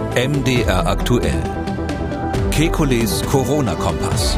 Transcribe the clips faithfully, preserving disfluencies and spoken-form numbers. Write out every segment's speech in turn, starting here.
M D R aktuell. Kekules Corona-Kompass.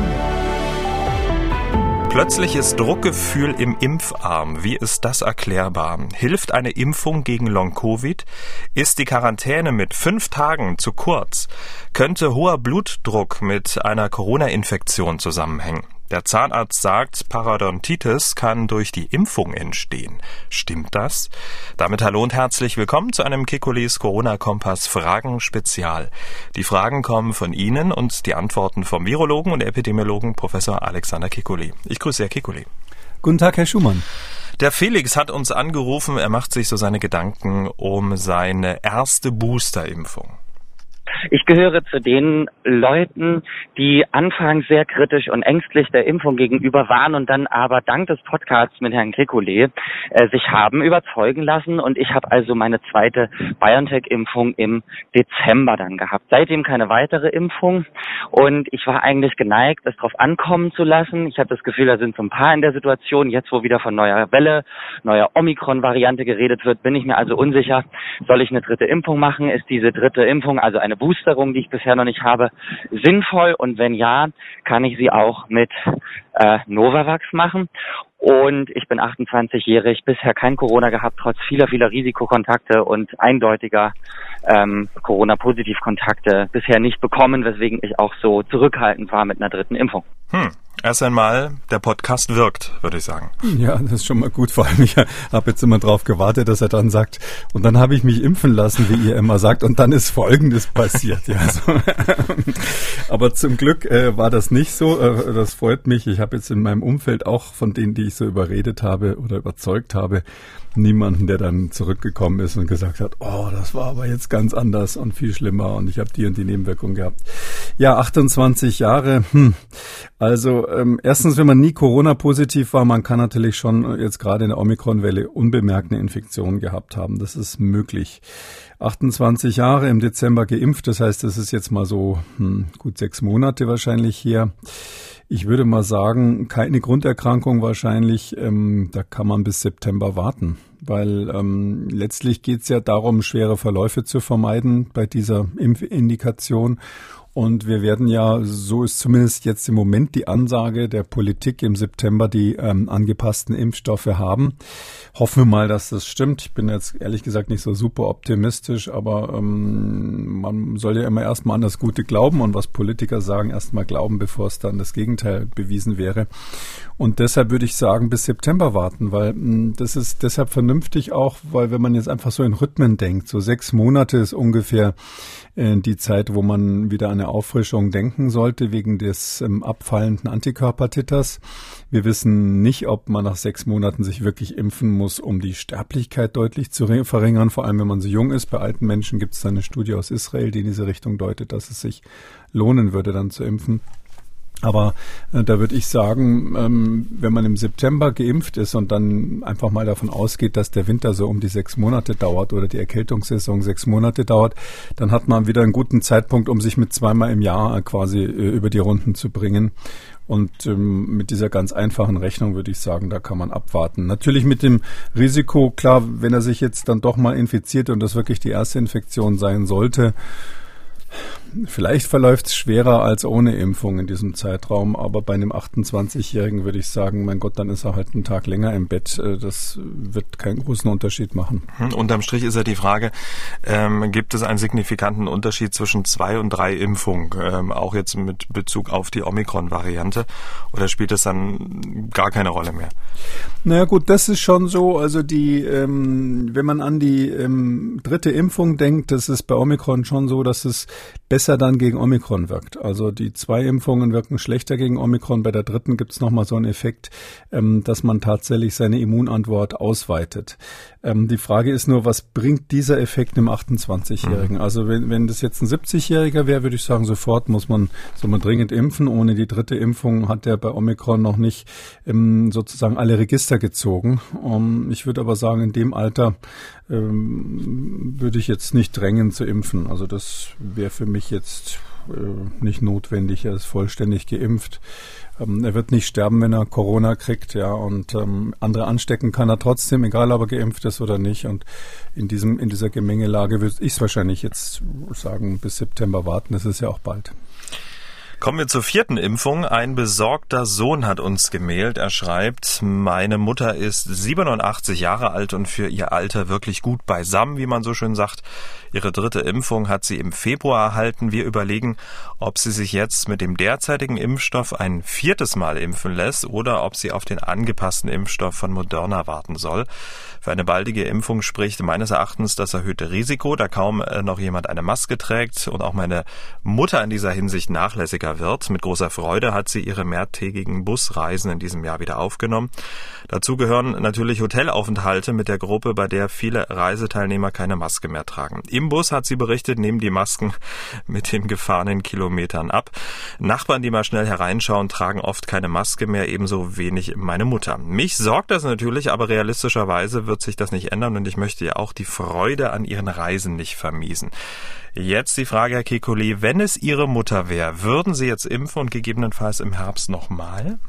Plötzliches Druckgefühl im Impfarm. Wie ist das erklärbar? Hilft eine Impfung gegen Long-Covid? Ist die Quarantäne mit fünf Tagen zu kurz? Könnte hoher Blutdruck mit einer Corona-Infektion zusammenhängen? Der Zahnarzt sagt, Parodontitis kann durch die Impfung entstehen. Stimmt das? Damit hallo und herzlich willkommen zu einem Kekules Corona-Kompass Fragen-Spezial. Die Fragen kommen von Ihnen und die Antworten vom Virologen und Epidemiologen Professor Alexander Kekulé. Ich grüße Herr Kekulé. Guten Tag, Herr Schumann. Der Felix hat uns angerufen, er macht sich so seine Gedanken um seine erste Boosterimpfung. Ich gehöre zu den Leuten, die anfangs sehr kritisch und ängstlich der Impfung gegenüber waren und dann aber dank des Podcasts mit Herrn Kekulé äh, sich haben überzeugen lassen. Und ich habe also meine zweite BioNTech-Impfung im Dezember dann gehabt. Seitdem keine weitere Impfung. Und ich war eigentlich geneigt, es drauf ankommen zu lassen. Ich habe das Gefühl, da sind so ein paar in der Situation. Jetzt, wo wieder von neuer Welle, neuer Omikron-Variante geredet wird, bin ich mir also unsicher, soll ich eine dritte Impfung machen? Ist diese dritte Impfung, also eine Boosterung, die ich bisher noch nicht habe, sinnvoll? Und wenn ja, kann ich sie auch mit äh, Novavax machen. Und ich bin achtundzwanzigjährig, bisher kein Corona gehabt, trotz vieler, vieler Risikokontakte und eindeutiger ähm, Corona-Positivkontakte bisher nicht bekommen, weswegen ich auch so zurückhaltend war mit einer dritten Impfung. Hm. Erst einmal, der Podcast wirkt, würde ich sagen. Ja, das ist schon mal gut. Vor allem, ich habe jetzt immer drauf gewartet, dass er dann sagt, und dann habe ich mich impfen lassen, wie ihr immer sagt, und dann ist Folgendes passiert. Ja, so. Aber zum Glück äh, war das nicht so. Äh, das freut mich. Ich habe jetzt in meinem Umfeld auch von denen, die ich so überredet habe oder überzeugt habe, niemanden, der dann zurückgekommen ist und gesagt hat, oh, das war aber jetzt ganz anders und viel schlimmer und ich habe die und die Nebenwirkung gehabt. Ja, achtundzwanzig Jahre. Hm. Also ähm, erstens, wenn man nie Corona-positiv war, man kann natürlich schon jetzt gerade in der Omikron-Welle unbemerkt eine Infektion gehabt haben. Das ist möglich. achtundzwanzig Jahre im Dezember geimpft, das heißt, das ist jetzt mal so hm, gut sechs Monate wahrscheinlich her. Ich würde mal sagen, keine Grunderkrankung wahrscheinlich, ähm, da kann man bis September warten, weil ähm, letztlich geht es ja darum, schwere Verläufe zu vermeiden bei dieser Impfindikation. Und wir werden ja, so ist zumindest jetzt im Moment die Ansage der Politik, im September die ähm, angepassten Impfstoffe haben. Hoffen wir mal, dass das stimmt. Ich bin jetzt ehrlich gesagt nicht so super optimistisch, aber ähm, man soll ja immer erstmal an das Gute glauben und was Politiker sagen, erstmal glauben, bevor es dann das Gegenteil bewiesen wäre. Und deshalb würde ich sagen, bis September warten, weil mh, das ist deshalb vernünftig auch, weil wenn man jetzt einfach so in Rhythmen denkt, so sechs Monate ist ungefähr äh, die Zeit, wo man wieder an eine Auffrischung denken sollte, wegen des ähm, abfallenden Antikörpertiters. Wir wissen nicht, ob man nach sechs Monaten sich wirklich impfen muss, um die Sterblichkeit deutlich zu verringern, vor allem wenn man so jung ist. Bei alten Menschen gibt es eine Studie aus Israel, die in diese Richtung deutet, dass es sich lohnen würde, dann zu impfen. Aber äh, da würde ich sagen, ähm, wenn man im September geimpft ist und dann einfach mal davon ausgeht, dass der Winter so um die sechs Monate dauert oder die Erkältungssaison sechs Monate dauert, dann hat man wieder einen guten Zeitpunkt, um sich mit zweimal im Jahr quasi äh, über die Runden zu bringen. Und ähm, mit dieser ganz einfachen Rechnung würde ich sagen, da kann man abwarten. Natürlich mit dem Risiko, klar, wenn er sich jetzt dann doch mal infiziert und das wirklich die erste Infektion sein sollte, vielleicht verläuft es schwerer als ohne Impfung in diesem Zeitraum, aber bei einem achtundzwanzigjährigen würde ich sagen, mein Gott, dann ist er halt einen Tag länger im Bett. Das wird keinen großen Unterschied machen. Hm, unterm Strich ist ja die Frage, ähm, gibt es einen signifikanten Unterschied zwischen zwei und drei Impfungen, ähm, auch jetzt mit Bezug auf die Omikron-Variante, oder spielt das dann gar keine Rolle mehr? Naja gut, das ist schon so, also die, ähm, wenn man an die ähm, dritte Impfung denkt, das ist bei Omikron schon so, dass es besser dann gegen Omikron wirkt. Also die zwei Impfungen wirken schlechter gegen Omikron. Bei der dritten gibt es nochmal so einen Effekt, ähm, dass man tatsächlich seine Immunantwort ausweitet. Ähm, die Frage ist nur, was bringt dieser Effekt einem achtundzwanzigjährigen? Mhm. Also wenn, wenn das jetzt ein siebzigjähriger wäre, würde ich sagen, sofort muss man, soll man dringend impfen. Ohne die dritte Impfung hat der bei Omikron noch nicht ähm, sozusagen alle Register gezogen. Um, ich würde aber sagen, in dem Alter ähm, würde ich jetzt nicht drängen zu impfen. Also das wäre für mich jetzt äh, nicht notwendig. Er ist vollständig geimpft. Ähm, er wird nicht sterben, wenn er Corona kriegt, ja, und ähm, andere anstecken kann er trotzdem, egal ob er geimpft ist oder nicht. Und in diesem in dieser Gemengelage würde ich es wahrscheinlich jetzt sagen, bis September warten. Das ist ja auch bald. Kommen wir zur vierten Impfung. Ein besorgter Sohn hat uns gemailt. Er schreibt, meine Mutter ist siebenundachtzig Jahre alt und für ihr Alter wirklich gut beisammen, wie man so schön sagt. Ihre dritte Impfung hat sie im Februar erhalten. Wir überlegen, ob sie sich jetzt mit dem derzeitigen Impfstoff ein viertes Mal impfen lässt oder ob sie auf den angepassten Impfstoff von Moderna warten soll. Für eine baldige Impfung spricht meines Erachtens das erhöhte Risiko, da kaum noch jemand eine Maske trägt und auch meine Mutter in dieser Hinsicht nachlässiger wird. Mit großer Freude hat sie ihre mehrtägigen Busreisen in diesem Jahr wieder aufgenommen. Dazu gehören natürlich Hotelaufenthalte mit der Gruppe, bei der viele Reiseteilnehmer keine Maske mehr tragen. Im Bus, hat sie berichtet, nehmen die Masken mit den gefahrenen Kilometern ab. Nachbarn, die mal schnell hereinschauen, tragen oft keine Maske mehr, ebenso wenig meine Mutter. Mich sorgt das natürlich, aber realistischerweise wird sich das nicht ändern und ich möchte ja auch die Freude an ihren Reisen nicht vermiesen. Jetzt die Frage, Herr Kekulé, wenn es Ihre Mutter wäre, würden Sie jetzt impfen und gegebenenfalls im Herbst nochmal?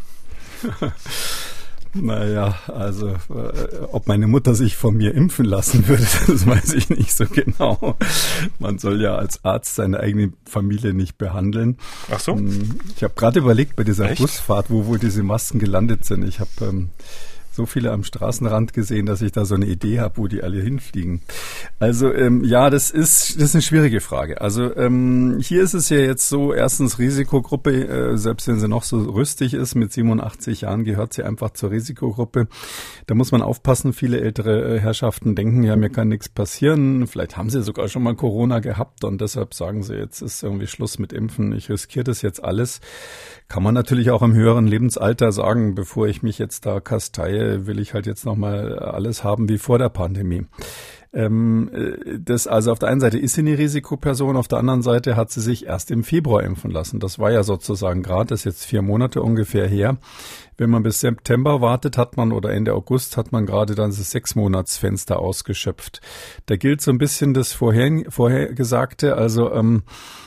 Naja, also äh, ob meine Mutter sich von mir impfen lassen würde, das weiß ich nicht so genau. Man soll ja als Arzt seine eigene Familie nicht behandeln. Ach so? Ich habe gerade überlegt bei dieser Echt? Busfahrt, wo wohl diese Masken gelandet sind. Ich habe ähm, so viele am Straßenrand gesehen, dass ich da so eine Idee habe, wo die alle hinfliegen. Also ähm, ja, das ist das ist eine schwierige Frage. Also ähm, hier ist es ja jetzt so, erstens Risikogruppe, äh, selbst wenn sie noch so rüstig ist, mit siebenundachtzig Jahren gehört sie einfach zur Risikogruppe. Da muss man aufpassen, viele ältere äh, Herrschaften denken, ja, mir kann nichts passieren. Vielleicht haben sie sogar schon mal Corona gehabt und deshalb sagen sie, jetzt ist irgendwie Schluss mit Impfen, ich riskiere das jetzt alles. Kann man natürlich auch im höheren Lebensalter sagen, bevor ich mich jetzt da kasteie, will ich halt jetzt nochmal alles haben wie vor der Pandemie. Ähm, das also auf der einen Seite ist sie eine Risikoperson, auf der anderen Seite hat sie sich erst im Februar impfen lassen. Das war ja sozusagen gerade, das ist jetzt vier Monate ungefähr her. Wenn man bis September wartet, hat man oder Ende August hat man gerade dann das Sechsmonatsfenster ausgeschöpft. Da gilt so ein bisschen das vorher, Vorhergesagte, also ähm,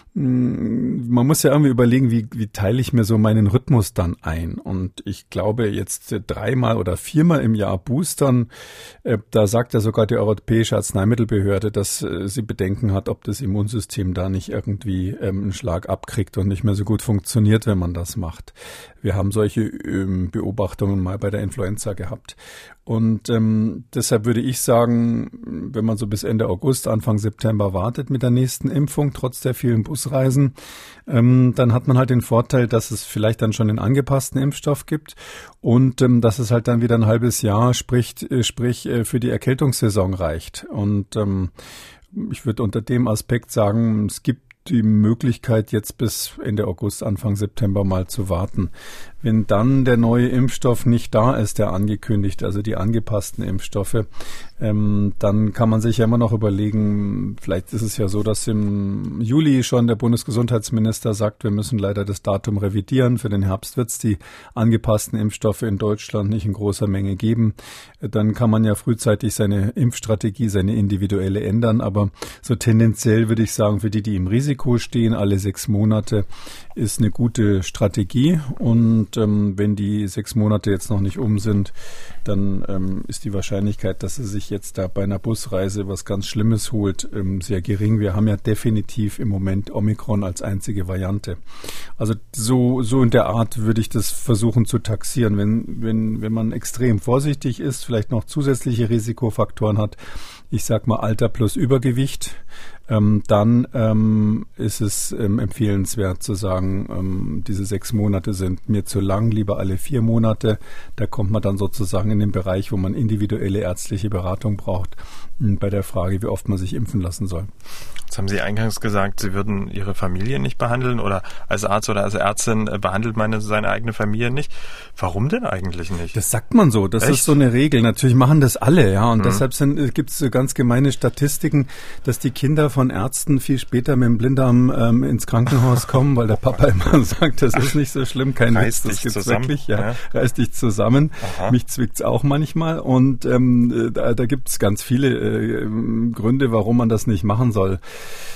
man muss ja irgendwie überlegen, wie, wie teile ich mir so meinen Rhythmus dann ein? Und ich glaube, jetzt dreimal oder viermal im Jahr boostern, äh, da sagt ja sogar die Europäische Arzneimittelbehörde, dass äh, sie Bedenken hat, ob das Immunsystem da nicht irgendwie ähm, einen Schlag abkriegt und nicht mehr so gut funktioniert, wenn man das macht. Wir haben solche ähm, Beobachtungen mal bei der Influenza gehabt. Und ähm, deshalb würde ich sagen, wenn man so bis Ende August, Anfang September wartet mit der nächsten Impfung, trotz der vielen Busreisen, ähm, dann hat man halt den Vorteil, dass es vielleicht dann schon den angepassten Impfstoff gibt und ähm, dass es halt dann wieder ein halbes Jahr, sprich, äh, sprich äh, für die Erkältungssaison reicht. Und ähm, ich würde unter dem Aspekt sagen, es gibt die Möglichkeit, jetzt bis Ende August, Anfang September mal zu warten. Wenn dann der neue Impfstoff nicht da ist, der angekündigt, also die angepassten Impfstoffe, ähm, dann kann man sich ja immer noch überlegen, vielleicht ist es ja so, dass im Juli schon der Bundesgesundheitsminister sagt, wir müssen leider das Datum revidieren. Für den Herbst wird es die angepassten Impfstoffe in Deutschland nicht in großer Menge geben. Dann kann man ja frühzeitig seine Impfstrategie, seine individuelle ändern. Aber so tendenziell würde ich sagen, für die, die im Risiko stehen, alle sechs Monate ist eine gute Strategie. Und ähm, wenn die sechs Monate jetzt noch nicht um sind, dann ähm, ist die Wahrscheinlichkeit, dass sie sich jetzt da bei einer Busreise was ganz Schlimmes holt, ähm, sehr gering. Wir haben ja definitiv im Moment Omikron als einzige Variante. Also so so in der Art würde ich das versuchen zu taxieren. Wenn wenn wenn man extrem vorsichtig ist, vielleicht noch zusätzliche Risikofaktoren hat, ich sag mal Alter plus Übergewicht, ähm, dann ähm, ist es ähm, empfehlenswert zu sagen, ähm, diese sechs Monate sind mir zu lang, lieber alle vier Monate. Da kommt man dann sozusagen in den Bereich, wo man individuelle ärztliche Beratung braucht, bei der Frage, wie oft man sich impfen lassen soll. Jetzt haben Sie eingangs gesagt, Sie würden Ihre Familie nicht behandeln oder als Arzt oder als Ärztin behandelt man seine eigene Familie nicht. Warum denn eigentlich nicht? Das sagt man so. Das Echt? Ist so eine Regel. Natürlich machen das alle, ja. Und mhm. deshalb gibt es so ganz gemeine Statistiken, dass die Kinder von Ärzten viel später mit dem Blinddarm ähm, ins Krankenhaus kommen, weil der Papa immer sagt, das ist nicht so schlimm, kein Witz, das gibt's wirklich. Ja, ja. Reiß dich zusammen. Aha. Mich zwickt's auch manchmal. Und ähm, da, da gibt es ganz viele äh, Gründe, warum man das nicht machen soll.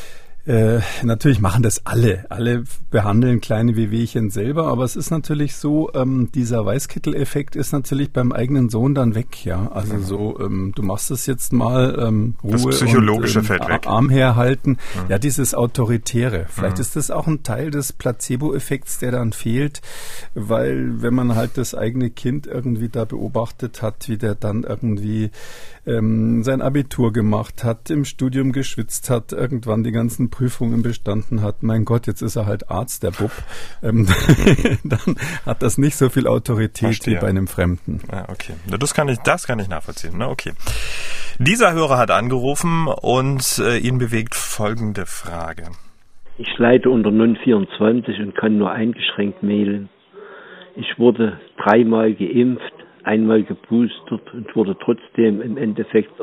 Äh, natürlich machen das alle. Alle behandeln kleine Wehwehchen selber, aber es ist natürlich so, ähm, dieser Weißkittel-Effekt ist natürlich beim eigenen Sohn dann weg, ja. Also so, ähm, du machst es jetzt mal, ähm, Ruhe das Psychologische und, ähm, fällt weg. Arm herhalten. Mhm. Ja, dieses Autoritäre. Vielleicht mhm. ist das auch ein Teil des Placebo-Effekts, der dann fehlt, weil wenn man halt das eigene Kind irgendwie da beobachtet hat, wie der dann irgendwie ähm, sein Abitur gemacht hat, im Studium geschwitzt hat, irgendwann die ganzen Prüfungen bestanden hat. Mein Gott, jetzt ist er halt Arzt, der Bub. Ähm, dann hat das nicht so viel Autorität Verstehe. wie bei einem Fremden. Ja, okay. Das kann ich, das kann ich nachvollziehen. Ne? Okay. Dieser Hörer hat angerufen und äh, ihn bewegt folgende Frage. Ich leide unter neun vierundzwanzig und kann nur eingeschränkt mailen. Ich wurde dreimal geimpft, einmal geboostert und wurde trotzdem im Endeffekt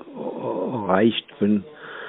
er, erreicht von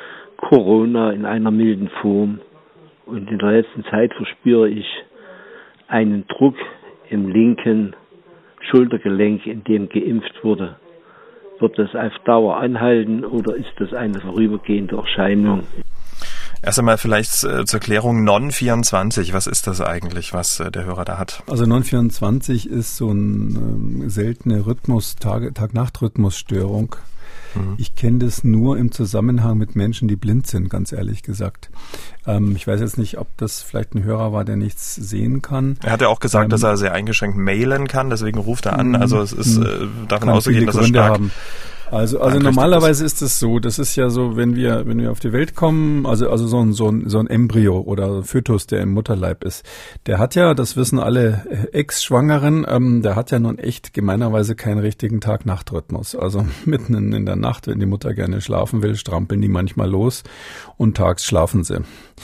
Corona in einer milden Form. Und in der letzten Zeit verspüre ich einen Druck im linken Schultergelenk, in dem geimpft wurde. Wird das auf Dauer anhalten oder ist das eine vorübergehende Erscheinung? Erst einmal vielleicht äh, zur Klärung N O N vierundzwanzig. Was ist das eigentlich, was äh, der Hörer da hat? Also N O N vierundzwanzig ist so eine ähm, seltene Rhythmus, Tag, Tag-Nacht-Rhythmusstörung. Mhm. Ich kenne das nur im Zusammenhang mit Menschen, die blind sind, ganz ehrlich gesagt. Ähm, ich weiß jetzt nicht, ob das vielleicht ein Hörer war, der nichts sehen kann. Er hat ja auch gesagt, ähm, dass er sehr eingeschränkt mailen kann, deswegen ruft er an. Also es ist äh, davon auszugehen, dass er stark... Haben. Also, also normalerweise ist es so, das ist ja so, wenn wir, wenn wir auf die Welt kommen, also, also so ein, so ein, so ein Embryo oder Fötus, der im Mutterleib ist, der hat ja, das wissen alle Ex-Schwangeren, ähm, der hat ja nun echt gemeinerweise keinen richtigen Tag-Nacht-Rhythmus. Also mitten in, in der Nacht, wenn die Mutter gerne schlafen will, strampeln die manchmal los und tags schlafen sie.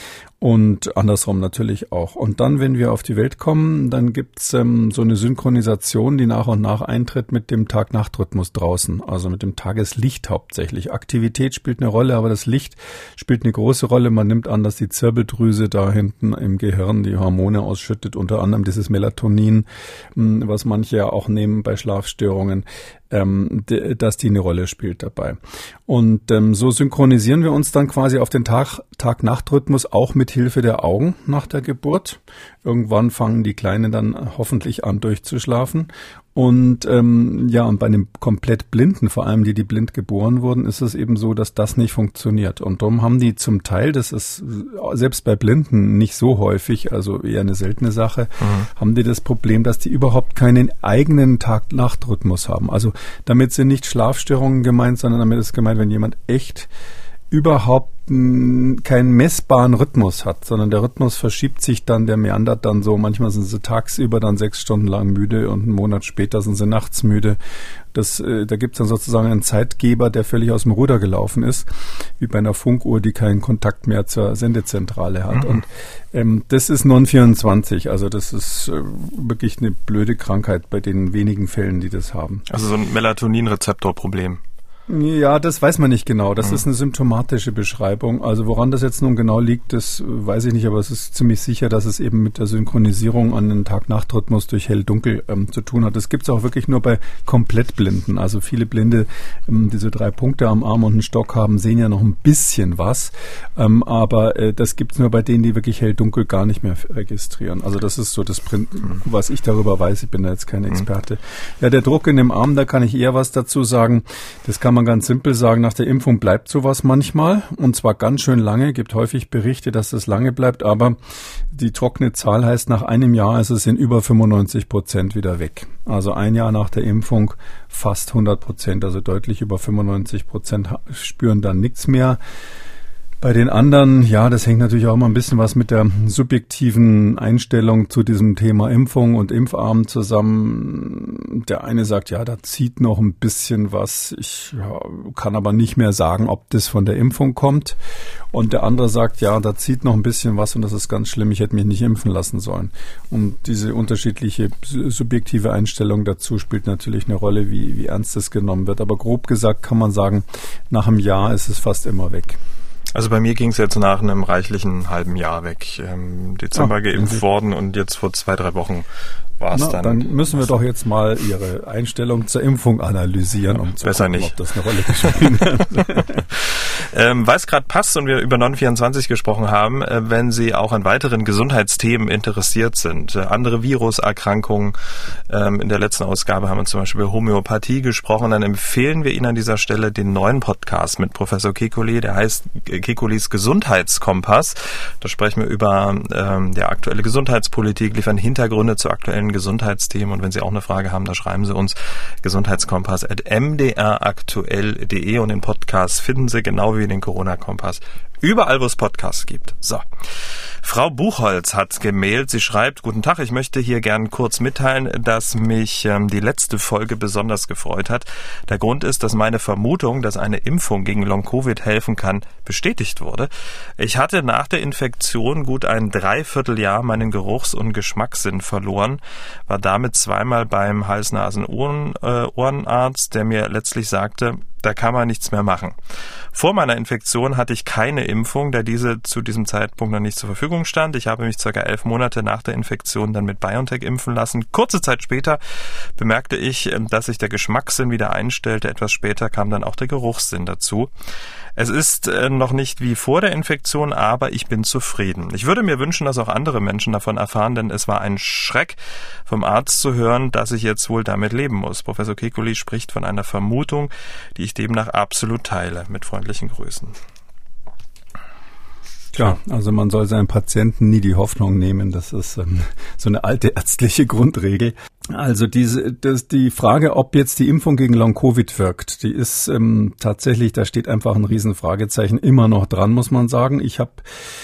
Und andersrum natürlich auch. Und dann, wenn wir auf die Welt kommen, dann gibt's ähm, so eine Synchronisation, die nach und nach eintritt mit dem Tag-Nacht-Rhythmus draußen, also mit dem Tageslicht hauptsächlich. Aktivität spielt eine Rolle, aber das Licht spielt eine große Rolle. Man nimmt an, dass die Zirbeldrüse da hinten im Gehirn die Hormone ausschüttet, unter anderem dieses Melatonin, was manche ja auch nehmen bei Schlafstörungen, ähm, d- dass die eine Rolle spielt dabei. Und ähm, so synchronisieren wir uns dann quasi auf den Tag, Tag-Nacht-Rhythmus auch mit Hilfe der Augen nach der Geburt. Irgendwann fangen die Kleinen dann hoffentlich an durchzuschlafen. Und ähm, ja, und bei einem komplett Blinden, vor allem die, die blind geboren wurden, ist es eben so, dass das nicht funktioniert. Und darum haben die zum Teil, das ist selbst bei Blinden nicht so häufig, also eher eine seltene Sache, mhm. haben die das Problem, dass die überhaupt keinen eigenen Tag-Nacht-Rhythmus haben. Also damit sind nicht Schlafstörungen gemeint, sondern damit ist gemeint, wenn jemand echt überhaupt keinen messbaren Rhythmus hat, sondern der Rhythmus verschiebt sich dann, der meandert dann so. Manchmal sind sie tagsüber dann sechs Stunden lang müde und einen Monat später sind sie nachts müde. Das, äh, da gibt es dann sozusagen einen Zeitgeber, der völlig aus dem Ruder gelaufen ist, wie bei einer Funkuhr, die keinen Kontakt mehr zur Sendezentrale hat. Mhm. Und ähm, das ist N O N vierundzwanzig, also das ist äh, wirklich eine blöde Krankheit bei den wenigen Fällen, die das haben. Also so ein Melatoninrezeptorproblem. Ja, das weiß man nicht genau. Das mhm. ist eine symptomatische Beschreibung. Also woran das jetzt nun genau liegt, das weiß ich nicht, aber es ist ziemlich sicher, dass es eben mit der Synchronisierung an den Tag-Nacht-Rhythmus durch Hell-Dunkel ähm, zu tun hat. Das gibt es auch wirklich nur bei Komplettblinden. Also viele Blinde, ähm, diese drei Punkte am Arm und einen Stock haben, sehen ja noch ein bisschen was. Ähm, aber äh, das gibt es nur bei denen, die wirklich Hell-Dunkel gar nicht mehr registrieren. Also das ist so das Prinzip, mhm. was ich darüber weiß. Ich bin da jetzt kein Experte. Mhm. Ja, der Druck in dem Arm, da kann ich eher was dazu sagen. Das kann man ganz simpel sagen, nach der Impfung bleibt sowas manchmal und zwar ganz schön lange, gibt häufig Berichte, dass das lange bleibt, aber die trockene Zahl heißt, nach einem Jahr ist es in über fünfundneunzig Prozent wieder weg. Also ein Jahr nach der Impfung fast hundert Prozent, also deutlich über fünfundneunzig Prozent spüren dann nichts mehr. Bei den anderen, ja, das hängt natürlich auch immer ein bisschen was mit der subjektiven Einstellung zu diesem Thema Impfung und Impfarm zusammen. Der eine sagt, ja, da zieht noch ein bisschen was. Ich ja, kann aber nicht mehr sagen, ob das von der Impfung kommt. Und der andere sagt, ja, da zieht noch ein bisschen was und das ist ganz schlimm. Ich hätte mich nicht impfen lassen sollen. Und diese unterschiedliche subjektive Einstellung dazu spielt natürlich eine Rolle, wie, wie ernst das genommen wird. Aber grob gesagt kann man sagen, nach einem Jahr ist es fast immer weg. Also bei mir ging es jetzt nach einem reichlichen halben Jahr weg. Ähm, Dezember oh, geimpft worden und jetzt vor zwei, drei Wochen war's Na, dann. Dann müssen wir doch jetzt mal Ihre Einstellung zur Impfung analysieren, um zu Besser gucken, nicht. ob das eine Rolle gespielt hat. Ähm, weil es gerade passt und wir über neun vierundzwanzig gesprochen haben, äh, wenn Sie auch an weiteren Gesundheitsthemen interessiert sind, äh, andere Viruserkrankungen, ähm, in der letzten Ausgabe haben wir zum Beispiel über Homöopathie gesprochen, dann empfehlen wir Ihnen an dieser Stelle den neuen Podcast mit Professor Kekulé, der heißt Kekulés Gesundheitskompass. Da sprechen wir über ähm, die aktuelle Gesundheitspolitik, liefern Hintergründe zu aktuellen Gesundheitsthemen und wenn Sie auch eine Frage haben, da schreiben Sie uns gesundheitskompass at m d r aktuell punkt d e und den Podcast finden Sie genau wie den Corona-Kompass überall, wo es Podcasts gibt. So. Frau Buchholz hat gemailt. Sie schreibt, guten Tag, ich möchte hier gern kurz mitteilen, dass mich ähm, die letzte Folge besonders gefreut hat. Der Grund ist, dass meine Vermutung, dass eine Impfung gegen Long-Covid helfen kann, bestätigt wurde. Ich hatte nach der Infektion gut ein Dreivierteljahr meinen Geruchs- und Geschmackssinn verloren, war damit zweimal beim Hals-Nasen-Ohrenarzt, der mir letztlich sagte, da kann man nichts mehr machen. Vor meiner Infektion hatte ich keine Impfung, da diese zu diesem Zeitpunkt noch nicht zur Verfügung stand. Ich habe mich circa elf Monate nach der Infektion dann mit BioNTech impfen lassen. Kurze Zeit später bemerkte ich, dass sich der Geschmackssinn wieder einstellte. Etwas später kam dann auch der Geruchssinn dazu. Es ist noch nicht wie vor der Infektion, aber ich bin zufrieden. Ich würde mir wünschen, dass auch andere Menschen davon erfahren, denn es war ein Schreck, vom Arzt zu hören, dass ich jetzt wohl damit leben muss. Professor Kekulé spricht von einer Vermutung, die ich demnach absolut teile. Mit freundlichen Grüßen. Klar, also man soll seinen Patienten nie die Hoffnung nehmen. Das ist ähm, so eine alte ärztliche Grundregel. Also diese, das, die Frage, ob jetzt die Impfung gegen Long-Covid wirkt, die ist ähm, tatsächlich, da steht einfach ein Riesenfragezeichen immer noch dran, muss man sagen. Ich habe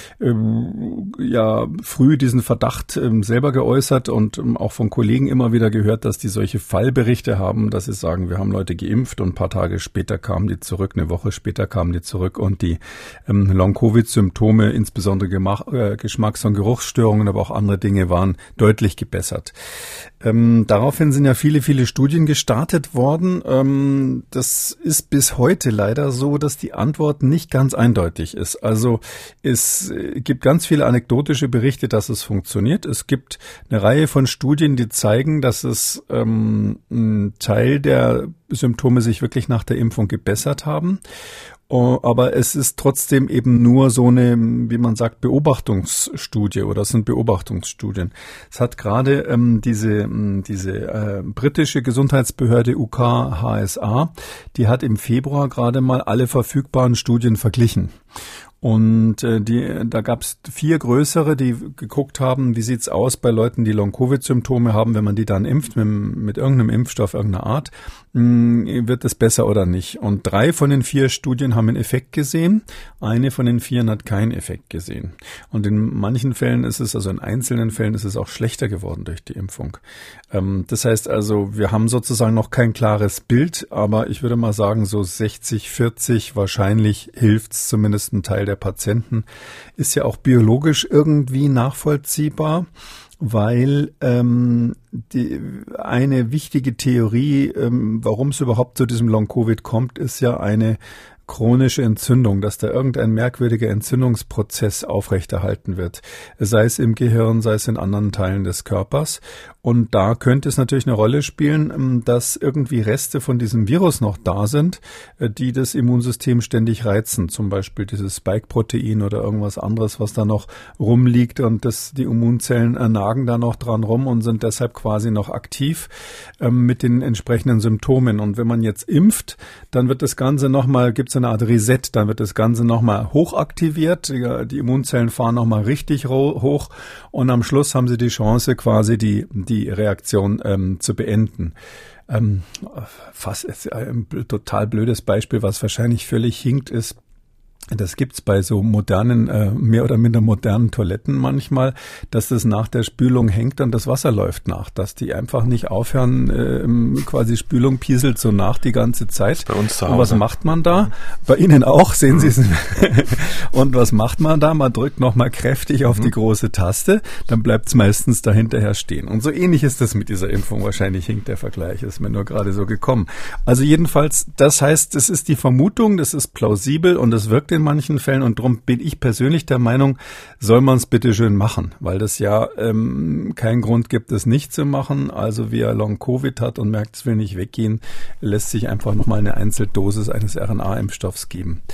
ähm, ja früh diesen Verdacht ähm, selber geäußert und ähm, auch von Kollegen immer wieder gehört, dass die solche Fallberichte haben, dass sie sagen, wir haben Leute geimpft und ein paar Tage später kamen die zurück, eine Woche später kamen die zurück und die ähm, Long-Covid-Symptome, insbesondere Gemach, äh, Geschmacks- und Geruchsstörungen, aber auch andere Dinge waren deutlich gebessert. Ähm, daraufhin sind ja viele, viele Studien gestartet worden. Ähm, das ist bis heute leider so, dass die Antwort nicht ganz eindeutig ist. Also es äh, gibt ganz viele anekdotische Berichte, dass es funktioniert. Es gibt eine Reihe von Studien, die zeigen, dass es ähm, ein Teil der Symptome sich wirklich nach der Impfung gebessert haben. Aber es ist trotzdem eben nur so eine, wie man sagt, Beobachtungsstudie oder es sind Beobachtungsstudien. Es hat gerade ähm, diese diese äh, britische Gesundheitsbehörde U K H S A, die hat im Februar gerade mal alle verfügbaren Studien verglichen. Und äh, die, da gab es vier größere, die geguckt haben, wie sieht's aus bei Leuten, die Long-Covid-Symptome haben, wenn man die dann impft mit, mit irgendeinem Impfstoff irgendeiner Art, mh, wird es besser oder nicht. Und drei von den vier Studien haben einen Effekt gesehen, eine von den vier hat keinen Effekt gesehen. Und in manchen Fällen ist es, also in einzelnen Fällen ist es auch schlechter geworden durch die Impfung. Ähm, das heißt also, wir haben sozusagen noch kein klares Bild, aber ich würde mal sagen, so sechzig, vierzig wahrscheinlich hilft's zumindest ein Teil der Patienten, ist ja auch biologisch irgendwie nachvollziehbar, weil ähm, die, eine wichtige Theorie, ähm, warum es überhaupt zu diesem Long-Covid kommt, ist ja eine chronische Entzündung, dass da irgendein merkwürdiger Entzündungsprozess aufrechterhalten wird, sei es im Gehirn, sei es in anderen Teilen des Körpers. Und da könnte es natürlich eine Rolle spielen, dass irgendwie Reste von diesem Virus noch da sind, die das Immunsystem ständig reizen. Zum Beispiel dieses Spike-Protein oder irgendwas anderes, was da noch rumliegt und das, die Immunzellen nagen da noch dran rum und sind deshalb quasi noch aktiv ähm, mit den entsprechenden Symptomen. Und wenn man jetzt impft, dann wird das Ganze nochmal, gibt es eine Art Reset, dann wird das Ganze nochmal hochaktiviert, die, die Immunzellen fahren nochmal richtig hoch und am Schluss haben sie die Chance quasi die, die Reaktion ähm, zu beenden. Ähm, fast ein total blödes Beispiel, was wahrscheinlich völlig hinkt, ist, das gibt's bei so modernen, äh, mehr oder minder modernen Toiletten manchmal, dass das nach der Spülung hängt und das Wasser läuft nach, dass die einfach nicht aufhören, äh, quasi Spülung pieselt so nach die ganze Zeit. Bei uns zu Hause. Und was macht man da? Bei Ihnen auch, sehen Sie es. Und was macht man da? Man drückt nochmal kräftig auf mhm. die große Taste, dann bleibt's meistens dahinterher stehen. Und so ähnlich ist das mit dieser Impfung. Wahrscheinlich hinkt der Vergleich, ist mir nur gerade so gekommen. Also jedenfalls, das heißt, das ist die Vermutung, das ist plausibel und das wirkt in in manchen Fällen und darum bin ich persönlich der Meinung, soll man es bitte schön machen, weil das ja ähm, keinen Grund gibt, es nicht zu machen. Also wer Long-Covid hat und merkt, es will nicht weggehen, lässt sich einfach nochmal eine Einzeldosis eines R N A-Impfstoffs geben.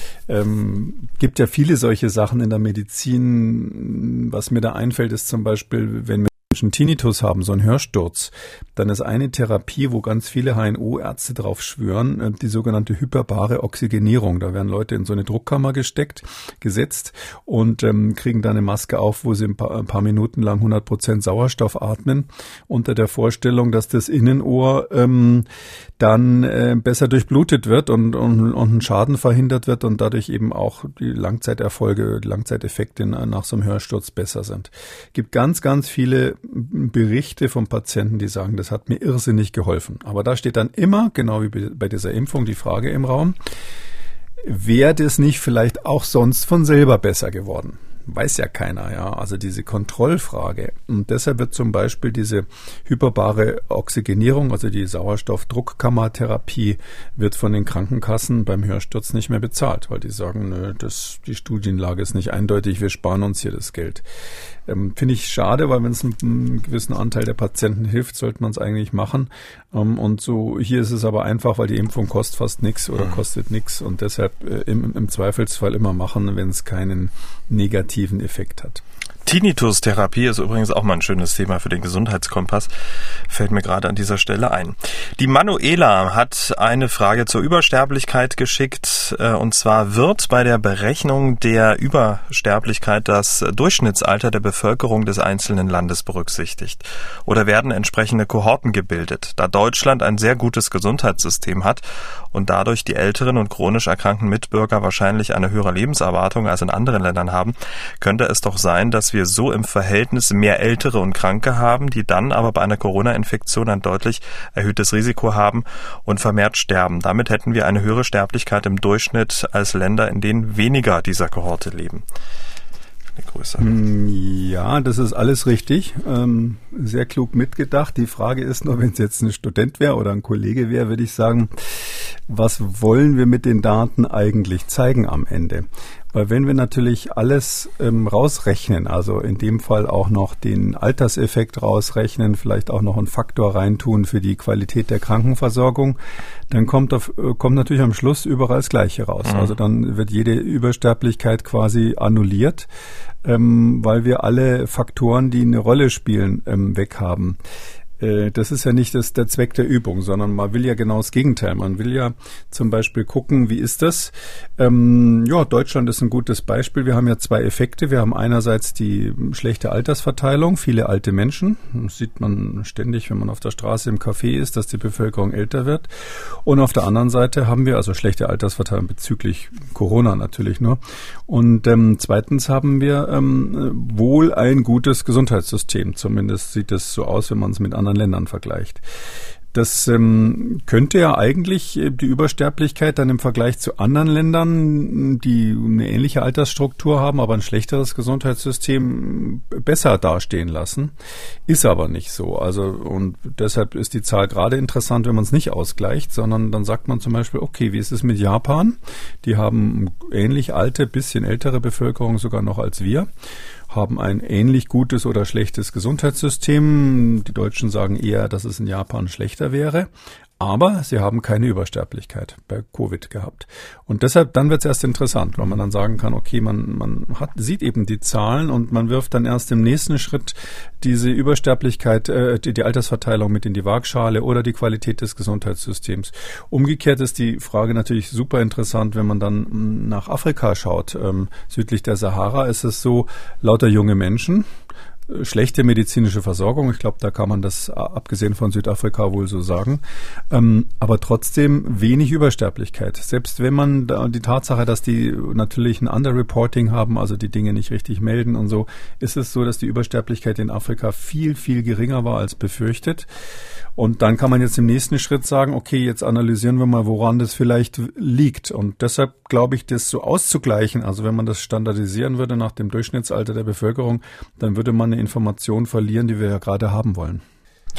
Ähm, gibt ja viele solche Sachen in der Medizin. Was mir da einfällt, ist zum Beispiel, wenn Menschen Tinnitus haben, so einen Hörsturz, dann ist eine Therapie, wo ganz viele H N O-Ärzte drauf schwören, die sogenannte hyperbare Oxygenierung. Da werden Leute in so eine Druckkammer gesteckt, gesetzt und ähm, kriegen dann eine Maske auf, wo sie ein paar, ein paar Minuten lang hundert Prozent Sauerstoff atmen, unter der Vorstellung, dass das Innenohr ähm, dann äh, besser durchblutet wird und, und, und ein Schaden verhindert wird und dadurch eben auch die Langzeiterfolge, die Langzeiteffekte nach so einem Hörsturz besser sind. Es gibt ganz, ganz viele Berichte von Patienten, die sagen, das hat mir irrsinnig geholfen. Aber da steht dann immer, genau wie bei dieser Impfung, die Frage im Raum, wäre das nicht vielleicht auch sonst von selber besser geworden? Weiß ja keiner, ja. Also diese Kontrollfrage. Und deshalb wird zum Beispiel diese hyperbare Oxygenierung, also die Sauerstoffdruckkammertherapie, wird von den Krankenkassen beim Hörsturz nicht mehr bezahlt, weil die sagen, nö, das, die Studienlage ist nicht eindeutig, wir sparen uns hier das Geld. Ähm, finde ich schade, weil wenn es einem, einem gewissen Anteil der Patienten hilft, sollte man es eigentlich machen. Ähm, und so hier ist es aber einfach, weil die Impfung kostet fast nichts oder kostet nichts und deshalb äh, im, im Zweifelsfall immer machen, wenn es keinen negativen Effekt hat. Tinnitus-Therapie ist übrigens auch mal ein schönes Thema für den Gesundheitskompass. Fällt mir gerade an dieser Stelle ein. Die Manuela hat eine Frage zur Übersterblichkeit geschickt. Und zwar wird bei der Berechnung der Übersterblichkeit das Durchschnittsalter der Bevölkerung des einzelnen Landes berücksichtigt? Oder werden entsprechende Kohorten gebildet? Da Deutschland ein sehr gutes Gesundheitssystem hat und dadurch die älteren und chronisch erkrankten Mitbürger wahrscheinlich eine höhere Lebenserwartung als in anderen Ländern haben, könnte es doch sein, dass wir so im Verhältnis mehr Ältere und Kranke haben, die dann aber bei einer Corona-Infektion ein deutlich erhöhtes Risiko haben und vermehrt sterben. Damit hätten wir eine höhere Sterblichkeit im Durchschnitt als Länder, in denen weniger dieser Kohorte leben. Größer. Ja, das ist alles richtig. Ähm, sehr klug mitgedacht. Die Frage ist nur, wenn es jetzt ein Student wäre oder ein Kollege wäre, würde ich sagen, was wollen wir mit den Daten eigentlich zeigen am Ende? Weil wenn wir natürlich alles ähm, rausrechnen, also in dem Fall auch noch den Alterseffekt rausrechnen, vielleicht auch noch einen Faktor reintun für die Qualität der Krankenversorgung, dann kommt, auf, kommt natürlich am Schluss überall das Gleiche raus. Mhm. Also dann wird jede Übersterblichkeit quasi annulliert, ähm, weil wir alle Faktoren, die eine Rolle spielen, ähm, weghaben. Das ist ja nicht das, der Zweck der Übung, sondern man will ja genau das Gegenteil. Man will ja zum Beispiel gucken, wie ist das? Ähm, ja, Deutschland ist ein gutes Beispiel. Wir haben ja zwei Effekte. Wir haben einerseits die schlechte Altersverteilung, viele alte Menschen. Das sieht man ständig, wenn man auf der Straße im Café ist, dass die Bevölkerung älter wird. Und auf der anderen Seite haben wir also schlechte Altersverteilung bezüglich Corona natürlich nur. Und ähm, zweitens haben wir ähm, wohl ein gutes Gesundheitssystem. Zumindest sieht es so aus, wenn man es mit anderen Ländern vergleicht. Das ähm, könnte ja eigentlich die Übersterblichkeit dann im Vergleich zu anderen Ländern, die eine ähnliche Altersstruktur haben, aber ein schlechteres Gesundheitssystem, besser dastehen lassen. Ist aber nicht so. Also und deshalb ist die Zahl gerade interessant, wenn man es nicht ausgleicht, sondern dann sagt man zum Beispiel, okay, wie ist es mit Japan? Die haben ähnlich alte, bisschen ältere Bevölkerung sogar noch als wir, haben ein ähnlich gutes oder schlechtes Gesundheitssystem. Die Deutschen sagen eher, dass es in Japan schlechter wäre. Aber sie haben keine Übersterblichkeit bei Covid gehabt. Und deshalb, dann wird es erst interessant, weil man dann sagen kann, okay, man, man hat, sieht eben die Zahlen und man wirft dann erst im nächsten Schritt diese Übersterblichkeit, äh, die, die Altersverteilung mit in die Waagschale oder die Qualität des Gesundheitssystems. Umgekehrt ist die Frage natürlich super interessant, wenn man dann mh, nach Afrika schaut. Ähm, südlich der Sahara ist es so, lauter junge Menschen, schlechte medizinische Versorgung. Ich glaube, da kann man das abgesehen von Südafrika wohl so sagen. Ähm, aber trotzdem wenig Übersterblichkeit. Selbst wenn man da die Tatsache, dass die natürlich ein Underreporting haben, also die Dinge nicht richtig melden und so, ist es so, dass die Übersterblichkeit in Afrika viel, viel geringer war als befürchtet. Und dann kann man jetzt im nächsten Schritt sagen, okay, jetzt analysieren wir mal, woran das vielleicht liegt. Und deshalb glaube ich, das so auszugleichen, also wenn man das standardisieren würde nach dem Durchschnittsalter der Bevölkerung, dann würde man eine Information verlieren, die wir ja gerade haben wollen.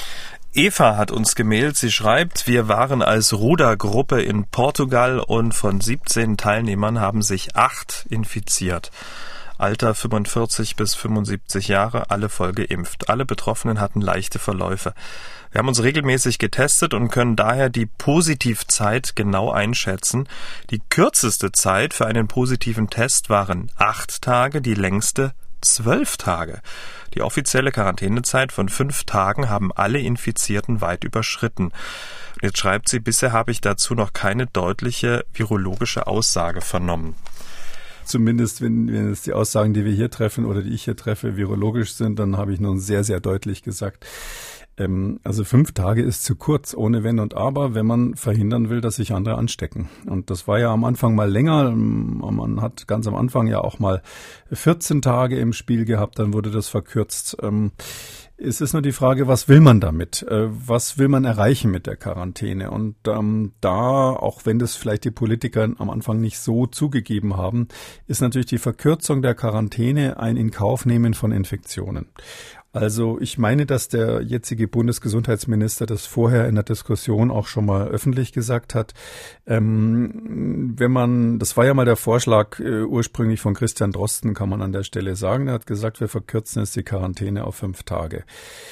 Eva hat uns gemailt. Sie schreibt, wir waren als Rudergruppe in Portugal und von siebzehn Teilnehmern haben sich acht infiziert. Alter fünfundvierzig bis fünfundsiebzig Jahre, alle voll geimpft. Alle Betroffenen hatten leichte Verläufe. Wir haben uns regelmäßig getestet und können daher die Positivzeit genau einschätzen. Die kürzeste Zeit für einen positiven Test waren acht Tage, die längste zwölf Tage. Die offizielle Quarantänezeit von fünf Tagen haben alle Infizierten weit überschritten. Jetzt schreibt sie, bisher habe ich dazu noch keine deutliche virologische Aussage vernommen. Zumindest wenn, wenn es die Aussagen, die wir hier treffen oder die ich hier treffe, virologisch sind, dann habe ich nun sehr, sehr deutlich gesagt, ähm, also fünf Tage ist zu kurz, ohne Wenn und Aber, wenn man verhindern will, dass sich andere anstecken. Und das war ja am Anfang mal länger. Man hat ganz am Anfang ja auch mal vierzehn Tage im Spiel gehabt, dann wurde das verkürzt. Ähm, Es ist nur die Frage, was will man damit? Was will man erreichen mit der Quarantäne? Und ähm, da, auch wenn das vielleicht die Politiker am Anfang nicht so zugegeben haben, ist natürlich die Verkürzung der Quarantäne ein Inkaufnehmen von Infektionen. Also ich meine, dass der jetzige Bundesgesundheitsminister das vorher in der Diskussion auch schon mal öffentlich gesagt hat. Ähm, wenn man, das war ja mal der Vorschlag äh, ursprünglich von Christian Drosten, kann man an der Stelle sagen. Er hat gesagt, wir verkürzen jetzt die Quarantäne auf fünf Tage.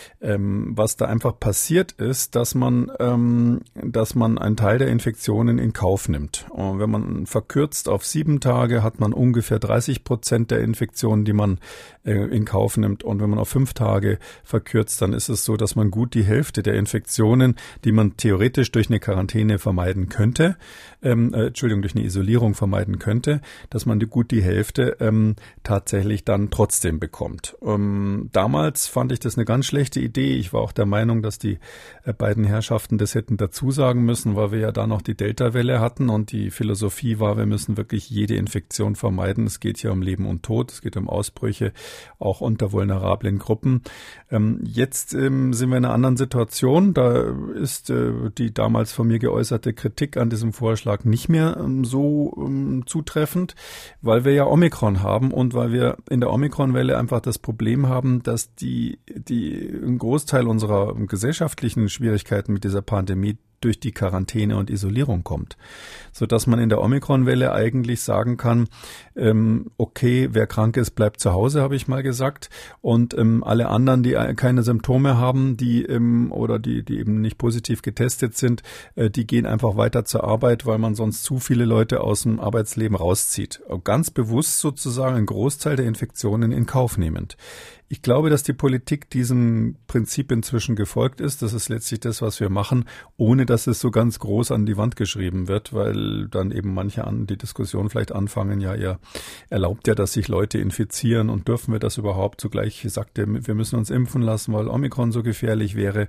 Ähm, was da einfach passiert ist, dass man, ähm, dass man einen Teil der Infektionen in Kauf nimmt. Und wenn man verkürzt auf sieben Tage, hat man ungefähr dreißig Prozent der Infektionen, die man äh, in Kauf nimmt. Und wenn man auf fünf Tage verkürzt, dann ist es so, dass man gut die Hälfte der Infektionen, die man theoretisch durch eine Quarantäne vermeiden könnte, ähm, äh, Entschuldigung, durch eine Isolierung vermeiden könnte, dass man die, gut die Hälfte ähm, tatsächlich dann trotzdem bekommt. Ähm, damals fand ich das eine ganz schlechte Idee. Ich war auch der Meinung, dass die äh, beiden Herrschaften das hätten dazu sagen müssen, weil wir ja da noch die Delta-Welle hatten und die Philosophie war, wir müssen wirklich jede Infektion vermeiden. Es geht hier um Leben und Tod, es geht um Ausbrüche, auch unter vulnerablen Gruppen. Ähm, jetzt ähm, sind wir in einer anderen Situation. Da ist äh, die damals von mir geäußerte Kritik an diesem Vorschlag nicht mehr ähm, so ähm, zutreffend, weil wir ja Omikron haben und weil wir in der Omikron-Welle einfach das Problem haben, dass die, die ein Großteil unserer gesellschaftlichen Schwierigkeiten mit dieser Pandemie durch die Quarantäne und Isolierung kommt, sodass man in der Omikron-Welle eigentlich sagen kann, ähm, okay, wer krank ist, bleibt zu Hause, habe ich mal gesagt, und ähm, alle anderen, die keine Symptome haben, die ähm, oder die die eben nicht positiv getestet sind, äh, die gehen einfach weiter zur Arbeit, weil man sonst zu viele Leute aus dem Arbeitsleben rauszieht. Ganz bewusst sozusagen einen Großteil der Infektionen in Kauf nehmend. Ich glaube, dass die Politik diesem Prinzip inzwischen gefolgt ist. Das ist letztlich das, was wir machen, ohne dass es so ganz groß an die Wand geschrieben wird, weil dann eben manche an die Diskussion vielleicht anfangen, ja, ihr erlaubt ja, dass sich Leute infizieren und dürfen wir das überhaupt? Zugleich sagt er, wir müssen uns impfen lassen, weil Omikron so gefährlich wäre.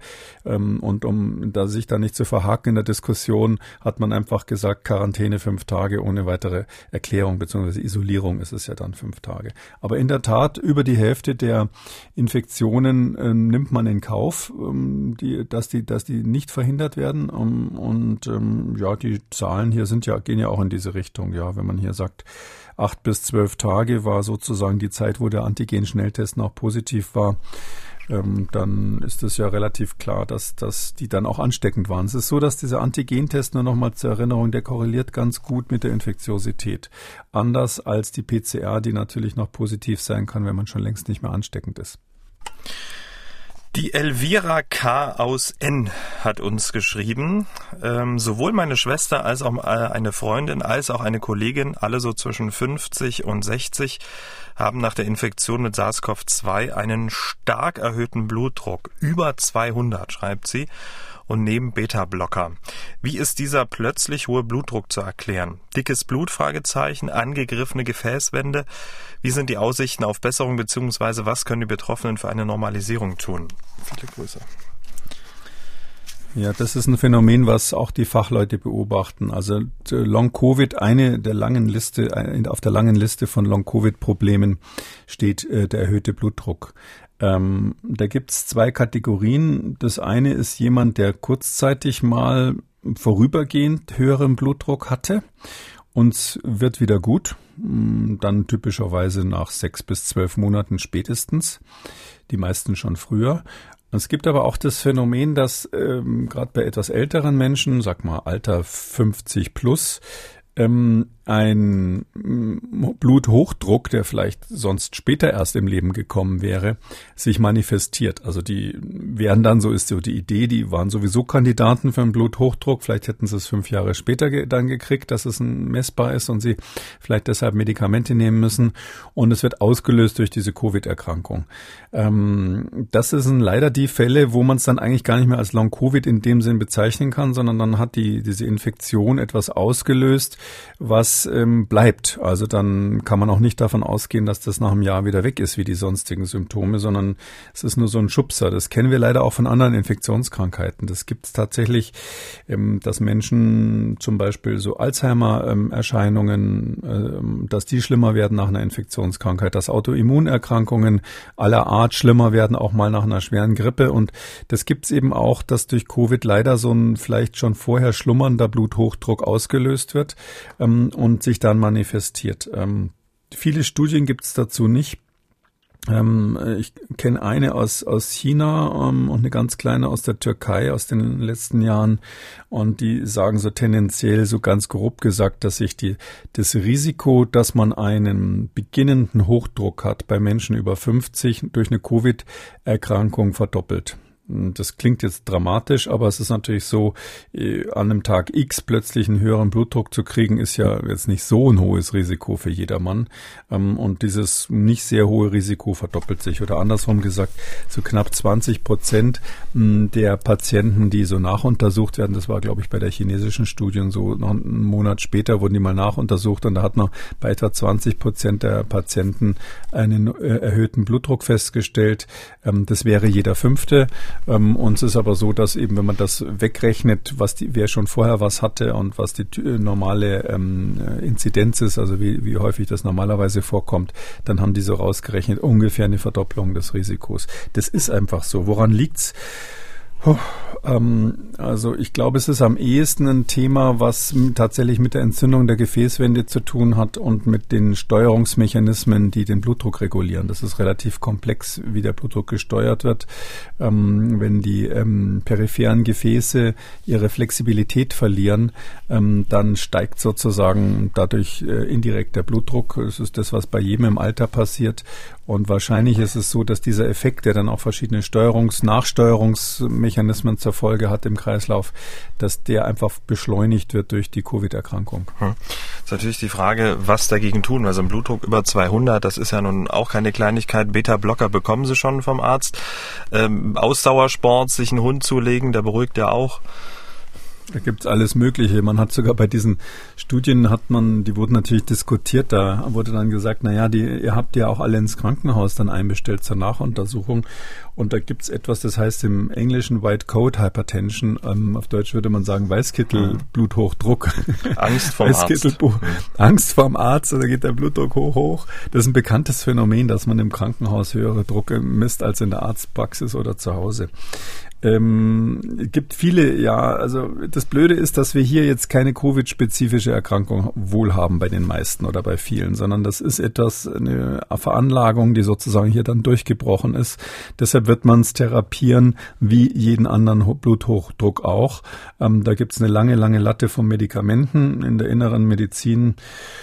Und um da sich da nicht zu verhaken in der Diskussion, hat man einfach gesagt, Quarantäne fünf Tage ohne weitere Erklärung bzw. Isolierung ist es ja dann fünf Tage. Aber in der Tat, über die Hälfte der Infektionen äh, nimmt man in Kauf, ähm, die, dass die, dass die nicht verhindert werden. Um, und ähm, ja, die Zahlen hier sind ja gehen ja auch in diese Richtung. Ja, wenn man hier sagt, acht bis zwölf Tage war sozusagen die Zeit, wo der Antigen-Schnelltest noch positiv war. Ähm, dann ist es ja relativ klar, dass, dass die dann auch ansteckend waren. Es ist so, dass dieser Antigentest, nur noch mal zur Erinnerung, der korreliert ganz gut mit der Infektiosität. Anders als die P C R, die natürlich noch positiv sein kann, wenn man schon längst nicht mehr ansteckend ist. Die Elvira K. aus N. hat uns geschrieben, ähm, sowohl meine Schwester als auch eine Freundin als auch eine Kollegin, alle so zwischen fünfzig und sechzig, haben nach der Infektion mit SARS-C o V zwei einen stark erhöhten Blutdruck, über zweihundert, schreibt sie, und nehmen Beta-Blocker. Wie ist dieser plötzlich hohe Blutdruck zu erklären? Dickes Blut, Fragezeichen, angegriffene Gefäßwände. Wie sind die Aussichten auf Besserung, beziehungsweise was können die Betroffenen für eine Normalisierung tun? Viele Grüße. Ja, das ist ein Phänomen, was auch die Fachleute beobachten. Also Long-Covid, eine der langen Liste, auf der langen Liste von Long-Covid-Problemen steht äh, der erhöhte Blutdruck. Ähm, da gibt's zwei Kategorien. Das eine ist jemand, der kurzzeitig mal vorübergehend höheren Blutdruck hatte und wird wieder gut. Dann typischerweise nach sechs bis zwölf Monaten spätestens. Die meisten schon früher. Es gibt aber auch das Phänomen, dass ähm, gerade bei etwas älteren Menschen, sag mal Alter fünfzig plus, ähm, ein Bluthochdruck, der vielleicht sonst später erst im Leben gekommen wäre, sich manifestiert. Also die wären dann, so ist so die Idee, die waren sowieso Kandidaten für einen Bluthochdruck. Vielleicht hätten sie es fünf Jahre später ge- dann gekriegt, dass es ein messbar ist und sie vielleicht deshalb Medikamente nehmen müssen. Und es wird ausgelöst durch diese Covid-Erkrankung. Ähm, das sind leider die Fälle, wo man es dann eigentlich gar nicht mehr als Long-Covid in dem Sinn bezeichnen kann, sondern dann hat die diese Infektion etwas ausgelöst, was ähm, bleibt. Also dann kann man auch nicht davon ausgehen, dass das nach einem Jahr wieder weg ist, wie die sonstigen Symptome, sondern es ist nur so ein Schubser. Das kennen wir leider auch von anderen Infektionskrankheiten. Das gibt es tatsächlich, ähm, dass Menschen zum Beispiel so Alzheimer-Erscheinungen, ähm, dass die schlimmer werden nach einer Infektionskrankheit, dass Autoimmunerkrankungen aller Art schlimmer werden, auch mal nach einer schweren Grippe. Und das gibt es eben auch, dass durch Covid leider so ein vielleicht schon vorher schlummernder Bluthochdruck ausgelöst wird ähm, und sich dann manifestiert. Ähm, viele Studien gibt es dazu nicht. Ähm, ich kenne eine aus aus China ähm, und eine ganz kleine aus der Türkei aus den letzten Jahren, und die sagen so tendenziell, so ganz grob gesagt, dass sich die das Risiko, dass man einen beginnenden Hochdruck hat bei Menschen über fünfzig durch eine Covid-Erkrankung verdoppelt. Das klingt jetzt dramatisch, aber es ist natürlich so, an einem Tag X plötzlich einen höheren Blutdruck zu kriegen, ist ja jetzt nicht so ein hohes Risiko für jedermann. Und dieses nicht sehr hohe Risiko verdoppelt sich. Oder andersrum gesagt, so knapp zwanzig Prozent der Patienten, die so nachuntersucht werden, das war, glaube ich, bei der chinesischen Studie so, noch einen Monat später wurden die mal nachuntersucht, und da hat man bei etwa zwanzig Prozent der Patienten einen erhöhten Blutdruck festgestellt. Das wäre jeder Fünfte. Ähm, und es ist aber so, dass eben, wenn man das wegrechnet, was die, wer schon vorher was hatte und was die äh, normale ähm, Inzidenz ist, also wie, wie häufig das normalerweise vorkommt, dann haben die so rausgerechnet ungefähr eine Verdopplung des Risikos. Das ist einfach so. Woran liegt's? Oh, ähm, also ich glaube, es ist am ehesten ein Thema, was m- tatsächlich mit der Entzündung der Gefäßwände zu tun hat und mit den Steuerungsmechanismen, die den Blutdruck regulieren. Das ist relativ komplex, wie der Blutdruck gesteuert wird. Ähm, wenn die ähm, peripheren Gefäße ihre Flexibilität verlieren, ähm, dann steigt sozusagen dadurch äh, indirekt der Blutdruck. Das ist das, was bei jedem im Alter passiert. Und wahrscheinlich ist es so, dass dieser Effekt, der dann auch verschiedene Steuerungs-, Nachsteuerungsmechanismen zur Folge hat im Kreislauf, dass der einfach beschleunigt wird durch die Covid-Erkrankung. Hm. Das ist natürlich die Frage, was dagegen tun. Also ein Blutdruck über zweihundert, das ist ja nun auch keine Kleinigkeit. Beta-Blocker bekommen Sie schon vom Arzt. Ähm, Ausdauersport, sich einen Hund zulegen, der beruhigt ja auch. Da gibt's alles Mögliche. Man hat sogar bei diesen Studien hat man, die wurden natürlich diskutiert, da wurde dann gesagt, na ja, die, ihr habt ja auch alle ins Krankenhaus dann einbestellt zur Nachuntersuchung. Und da gibt's etwas, das heißt im Englischen White Coat Hypertension, ähm, auf Deutsch würde man sagen Weißkittel-Bluthochdruck. Angst vorm Arzt. Angst vorm Arzt, da geht der Blutdruck hoch, hoch. Das ist ein bekanntes Phänomen, dass man im Krankenhaus höhere Drucke misst als in der Arztpraxis oder zu Hause. Ähm, gibt viele, ja, also das Blöde ist, dass wir hier jetzt keine Covid-spezifische Erkrankung wohl haben bei den meisten oder bei vielen, sondern das ist etwas, eine Veranlagung, die sozusagen hier dann durchgebrochen ist. Deshalb wird man es therapieren wie jeden anderen Bluthochdruck auch. Ähm, da gibt es eine lange, lange Latte von Medikamenten in der inneren Medizin.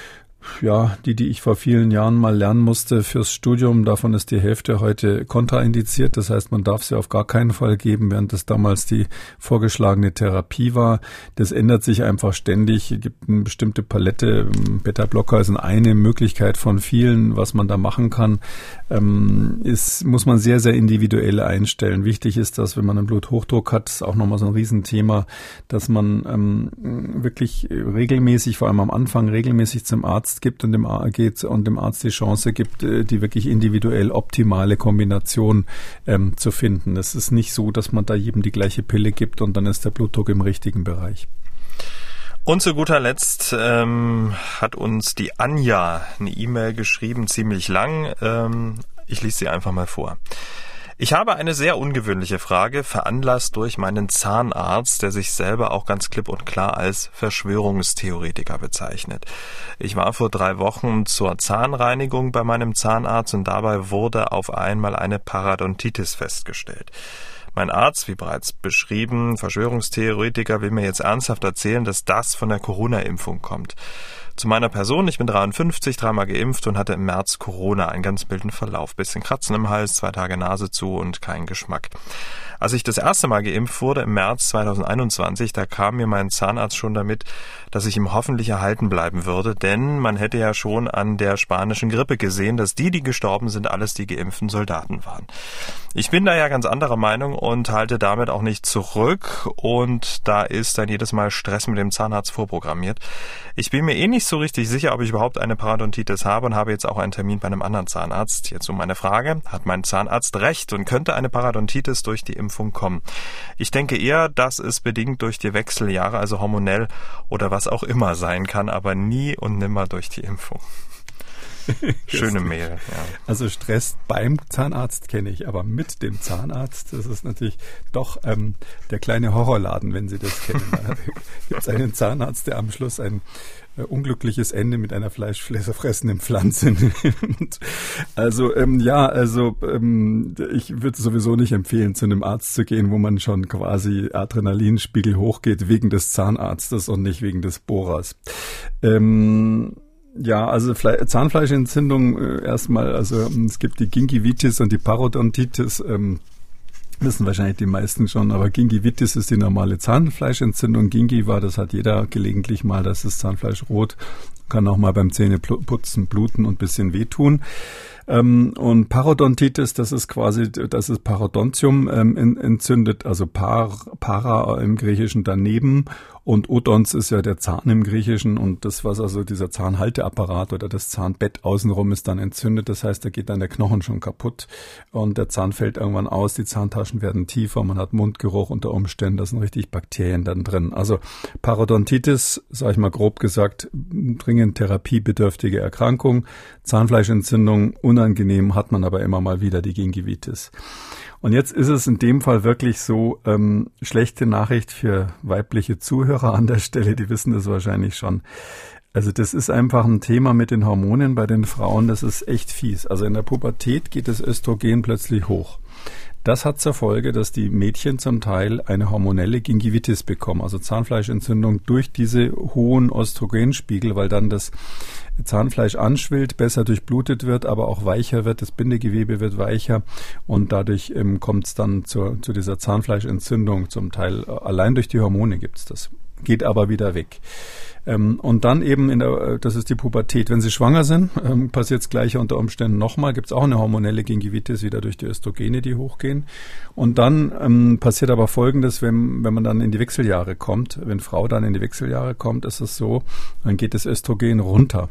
Ja, die, die ich vor vielen Jahren mal lernen musste fürs Studium, davon ist die Hälfte heute kontraindiziert. Das heißt, man darf sie auf gar keinen Fall geben, während das damals die vorgeschlagene Therapie war. Das ändert sich einfach ständig. Es gibt eine bestimmte Palette. Beta-Blocker ist eine Möglichkeit von vielen, was man da machen kann. Ähm, ist, muss man sehr, sehr individuell einstellen. Wichtig ist, dass, wenn man einen Bluthochdruck hat, ist auch nochmal so ein Riesenthema, dass man ähm, wirklich regelmäßig, vor allem am Anfang, regelmäßig zum Arzt gibt und dem, geht und dem Arzt die Chance gibt, die wirklich individuell optimale Kombination ähm, zu finden. Es ist nicht so, dass man da jedem die gleiche Pille gibt und dann ist der Blutdruck im richtigen Bereich. Und zu guter Letzt ähm, hat uns die Anja eine E-Mail geschrieben, ziemlich lang. Ähm, ich lese sie einfach mal vor. Ich habe eine sehr ungewöhnliche Frage, veranlasst durch meinen Zahnarzt, der sich selber auch ganz klipp und klar als Verschwörungstheoretiker bezeichnet. Ich war vor drei Wochen zur Zahnreinigung bei meinem Zahnarzt und dabei wurde auf einmal eine Parodontitis festgestellt. Mein Arzt, wie bereits beschrieben, Verschwörungstheoretiker, will mir jetzt ernsthaft erzählen, dass das von der Corona-Impfung kommt. Zu meiner Person, ich bin dreiundfünfzig, dreimal geimpft und hatte im März Corona, einen ganz milden Verlauf. Bisschen Kratzen im Hals, zwei Tage Nase zu und kein Geschmack. Als ich das erste Mal geimpft wurde, im März zweitausendeinundzwanzig, da kam mir mein Zahnarzt schon damit, dass ich ihm hoffentlich erhalten bleiben würde, denn man hätte ja schon an der spanischen Grippe gesehen, dass die, die gestorben sind, alles die geimpften Soldaten waren. Ich bin da ja ganz anderer Meinung und halte damit auch nicht zurück und da ist dann jedes Mal Stress mit dem Zahnarzt vorprogrammiert. Ich bin mir eh nicht so richtig sicher, ob ich überhaupt eine Parodontitis habe und habe jetzt auch einen Termin bei einem anderen Zahnarzt. Jetzt um meine Frage, hat mein Zahnarzt recht und könnte eine Parodontitis durch die Impfung kommen? Ich denke eher, dass es bedingt durch die Wechseljahre, also hormonell oder was auch immer sein kann, aber nie und nimmer durch die Impfung. Schöne Mail. Ja. Also Stress beim Zahnarzt kenne ich, aber mit dem Zahnarzt, das ist natürlich doch ähm, der kleine Horrorladen, wenn Sie das kennen. Da gibt es einen Zahnarzt, der am Schluss ein äh, unglückliches Ende mit einer fleischfressenden Pflanze nimmt. Also ähm, ja, also ähm, ich würde sowieso nicht empfehlen, zu einem Arzt zu gehen, wo man schon quasi Adrenalinspiegel hochgeht wegen des Zahnarztes und nicht wegen des Bohrers. Ähm, Ja, also Fle- Zahnfleischentzündung äh, erstmal, also es gibt die Gingivitis und die Parodontitis, ähm, wissen wahrscheinlich die meisten schon, aber Gingivitis ist die normale Zahnfleischentzündung. Gingiva, das hat jeder gelegentlich mal, das ist Zahnfleisch rot, kann auch mal beim Zähneputzen bluten und ein bisschen wehtun. Ähm, und Parodontitis, das ist quasi, das ist Parodontium ähm, entzündet, also par, para im Griechischen daneben und Odons ist ja der Zahn im Griechischen und das, was also dieser Zahnhalteapparat oder das Zahnbett außenrum ist dann entzündet, das heißt, da geht dann der Knochen schon kaputt und der Zahn fällt irgendwann aus, die Zahntaschen werden tiefer, man hat Mundgeruch unter Umständen, da sind richtig Bakterien dann drin. Also Parodontitis, sage ich mal grob gesagt, dringend therapiebedürftige Erkrankung, Zahnfleischentzündung, unangenehm, hat man aber immer mal wieder die Gingivitis. Und jetzt ist es in dem Fall wirklich so, ähm, schlechte Nachricht für weibliche Zuhörer an der Stelle, die wissen das wahrscheinlich schon. Also das ist einfach ein Thema mit den Hormonen bei den Frauen, das ist echt fies. Also in der Pubertät geht das Östrogen plötzlich hoch. Das hat zur Folge, dass die Mädchen zum Teil eine hormonelle Gingivitis bekommen, also Zahnfleischentzündung durch diese hohen Östrogenspiegel, weil dann das Zahnfleisch anschwillt, besser durchblutet wird, aber auch weicher wird, das Bindegewebe wird weicher und dadurch ähm, kommt es dann zur, zu dieser Zahnfleischentzündung. Zum Teil äh, allein durch die Hormone gibt es das, geht aber wieder weg. Ähm, und dann eben, in der, das ist die Pubertät. Wenn Sie schwanger sind, ähm, passiert es gleich unter Umständen nochmal. Gibt es auch eine hormonelle Gingivitis, wieder durch die Östrogene, die hochgehen. Und dann ähm, passiert aber Folgendes, wenn, wenn man dann in die Wechseljahre kommt, wenn Frau dann in die Wechseljahre kommt, ist es so, dann geht das Östrogen runter.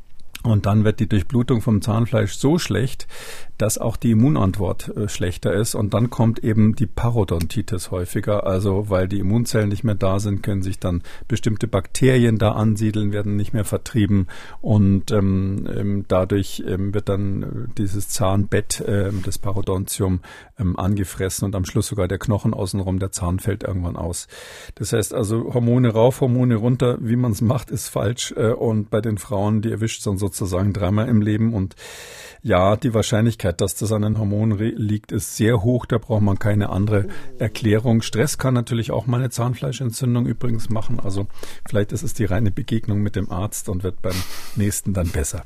Und dann wird die Durchblutung vom Zahnfleisch so schlecht, dass auch die Immunantwort äh, schlechter ist. Und dann kommt eben die Parodontitis häufiger. Also weil die Immunzellen nicht mehr da sind, können sich dann bestimmte Bakterien da ansiedeln, werden nicht mehr vertrieben. Und ähm, ähm, dadurch ähm, wird dann dieses Zahnbett, äh, das Parodontium, ähm, angefressen. Und am Schluss sogar der Knochen außenrum, der Zahn fällt irgendwann aus. Das heißt also Hormone rauf, Hormone runter. Wie man es macht, ist falsch. Äh, und bei den Frauen, die erwischt dann so sozusagen dreimal im Leben und ja, die Wahrscheinlichkeit, dass das an den Hormonen liegt, ist sehr hoch, da braucht man keine andere Erklärung. Stress kann natürlich auch mal eine Zahnfleischentzündung übrigens machen, also vielleicht ist es die reine Begegnung mit dem Arzt und wird beim nächsten dann besser.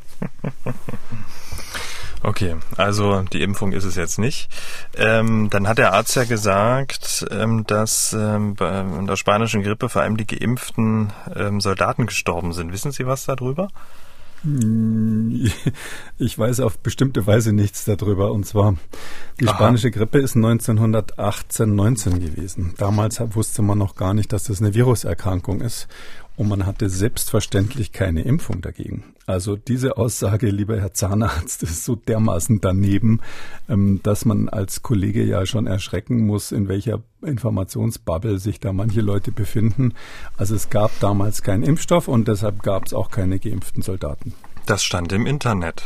Okay, also die Impfung ist es jetzt nicht. Ähm, dann hat der Arzt ja gesagt, ähm, dass ähm, bei der spanischen Grippe vor allem die geimpften ähm, Soldaten gestorben sind. Wissen Sie was darüber? Ich weiß auf bestimmte Weise nichts darüber. Und zwar, die Aha. spanische Grippe ist neunzehnhundertachtzehn, neunzehn gewesen. Damals wusste man noch gar nicht, dass das eine Viruserkrankung ist. Und man hatte selbstverständlich keine Impfung dagegen. Also diese Aussage, lieber Herr Zahnarzt, ist so dermaßen daneben, dass man als Kollege ja schon erschrecken muss, in welcher Informationsbubble sich da manche Leute befinden. Also es gab damals keinen Impfstoff und deshalb gab es auch keine geimpften Soldaten. Das stand im Internet.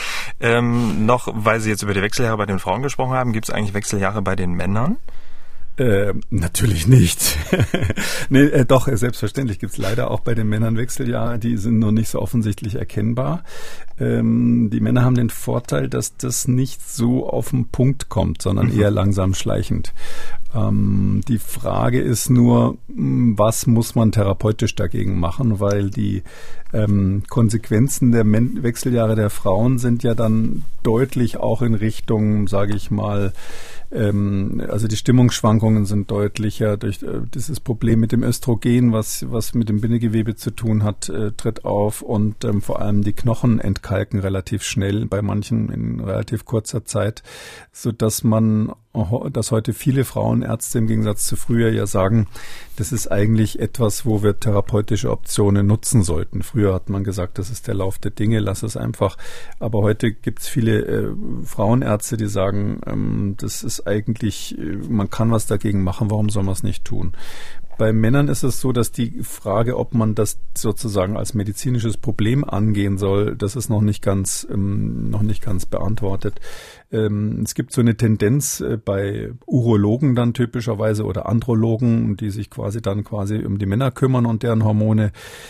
ähm, noch, weil Sie jetzt über die Wechseljahre bei den Frauen gesprochen haben, gibt es eigentlich Wechseljahre bei den Männern? Äh, natürlich nicht. nee, äh, doch, äh, selbstverständlich gibt's leider auch bei den Männern Wechseljahre, die sind noch nicht so offensichtlich erkennbar. Ähm, die Männer haben den Vorteil, dass das nicht so auf den Punkt kommt, sondern mhm. eher langsam schleichend. Ähm, die Frage ist nur, was muss man therapeutisch dagegen machen, weil die ähm, Konsequenzen der Men- Wechseljahre der Frauen sind ja dann deutlich auch in Richtung, sage ich mal, ähm, also die Stimmungsschwankungen sind deutlicher durch äh, dieses Problem mit dem Östrogen, was was mit dem Bindegewebe zu tun hat, äh, tritt auf und ähm, vor allem die Knochen entkalken relativ schnell, bei manchen in relativ kurzer Zeit, so dass man dass heute viele Frauenärzte im Gegensatz zu früher ja sagen, das ist eigentlich etwas, wo wir therapeutische Optionen nutzen sollten. Früher hat man gesagt, das ist der Lauf der Dinge, lass es einfach. Aber heute gibt es viele äh, Frauenärzte, die sagen, ähm, das ist eigentlich, man kann was dagegen machen, warum soll man es nicht tun? Bei Männern ist es so, dass die Frage, ob man das sozusagen als medizinisches Problem angehen soll, das ist noch nicht ganz, ähm, noch nicht ganz beantwortet. Ähm, es gibt so eine Tendenz äh, bei Urologen dann typischerweise oder Andrologen, die sich quasi dann quasi um die Männer kümmern und deren Hormone,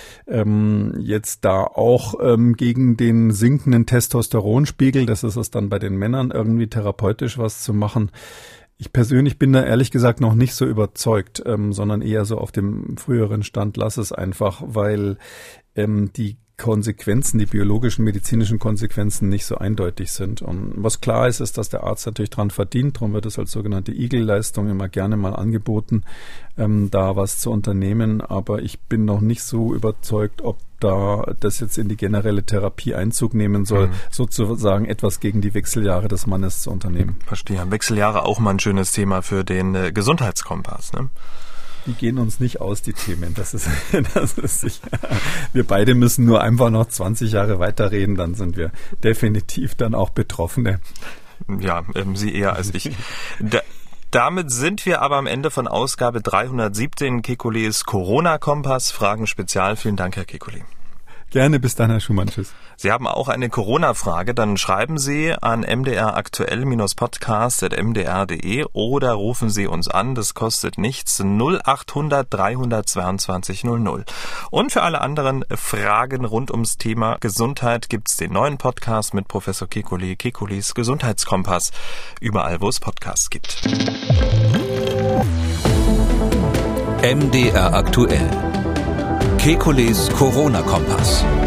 ähm, jetzt da auch ähm, gegen den sinkenden Testosteronspiegel, das ist es dann bei den Männern irgendwie therapeutisch was zu machen. Ich persönlich bin da ehrlich gesagt noch nicht so überzeugt, ähm, sondern eher so auf dem früheren Stand, lass es einfach, weil ähm, die Konsequenzen, die biologischen, medizinischen Konsequenzen nicht so eindeutig sind. Und was klar ist, ist, dass der Arzt natürlich dran verdient. Darum wird es als sogenannte Igel-Leistung immer gerne mal angeboten, ähm, da was zu unternehmen. Aber ich bin noch nicht so überzeugt, ob da das jetzt in die generelle Therapie Einzug nehmen soll, mhm. sozusagen etwas gegen die Wechseljahre des Mannes zu unternehmen. Verstehe. Wechseljahre auch mal ein schönes Thema für den äh, Gesundheitskompass, ne? Die gehen uns nicht aus, die Themen. Das ist, das ist sicher. Wir beide müssen nur einfach noch zwanzig Jahre weiterreden, dann sind wir definitiv dann auch Betroffene. Ja, ähm, Sie eher als ich. Da, damit sind wir aber am Ende von Ausgabe dreihundertsiebzehn Kekules Corona-Kompass. Fragen Spezial. Vielen Dank, Herr Kekulé. Gerne, bis dann, Herr Schumann. Tschüss. Sie haben auch eine Corona-Frage, dann schreiben Sie an m d r aktuell podcast at m d r punkt d e oder rufen Sie uns an, das kostet nichts, null achthundert dreihundertzweiundzwanzig null null. Und für alle anderen Fragen rund ums Thema Gesundheit gibt's den neuen Podcast mit Professor Kekulé, Kekules Gesundheitskompass, überall wo es Podcasts gibt. M D R aktuell. Kekules Corona-Kompass.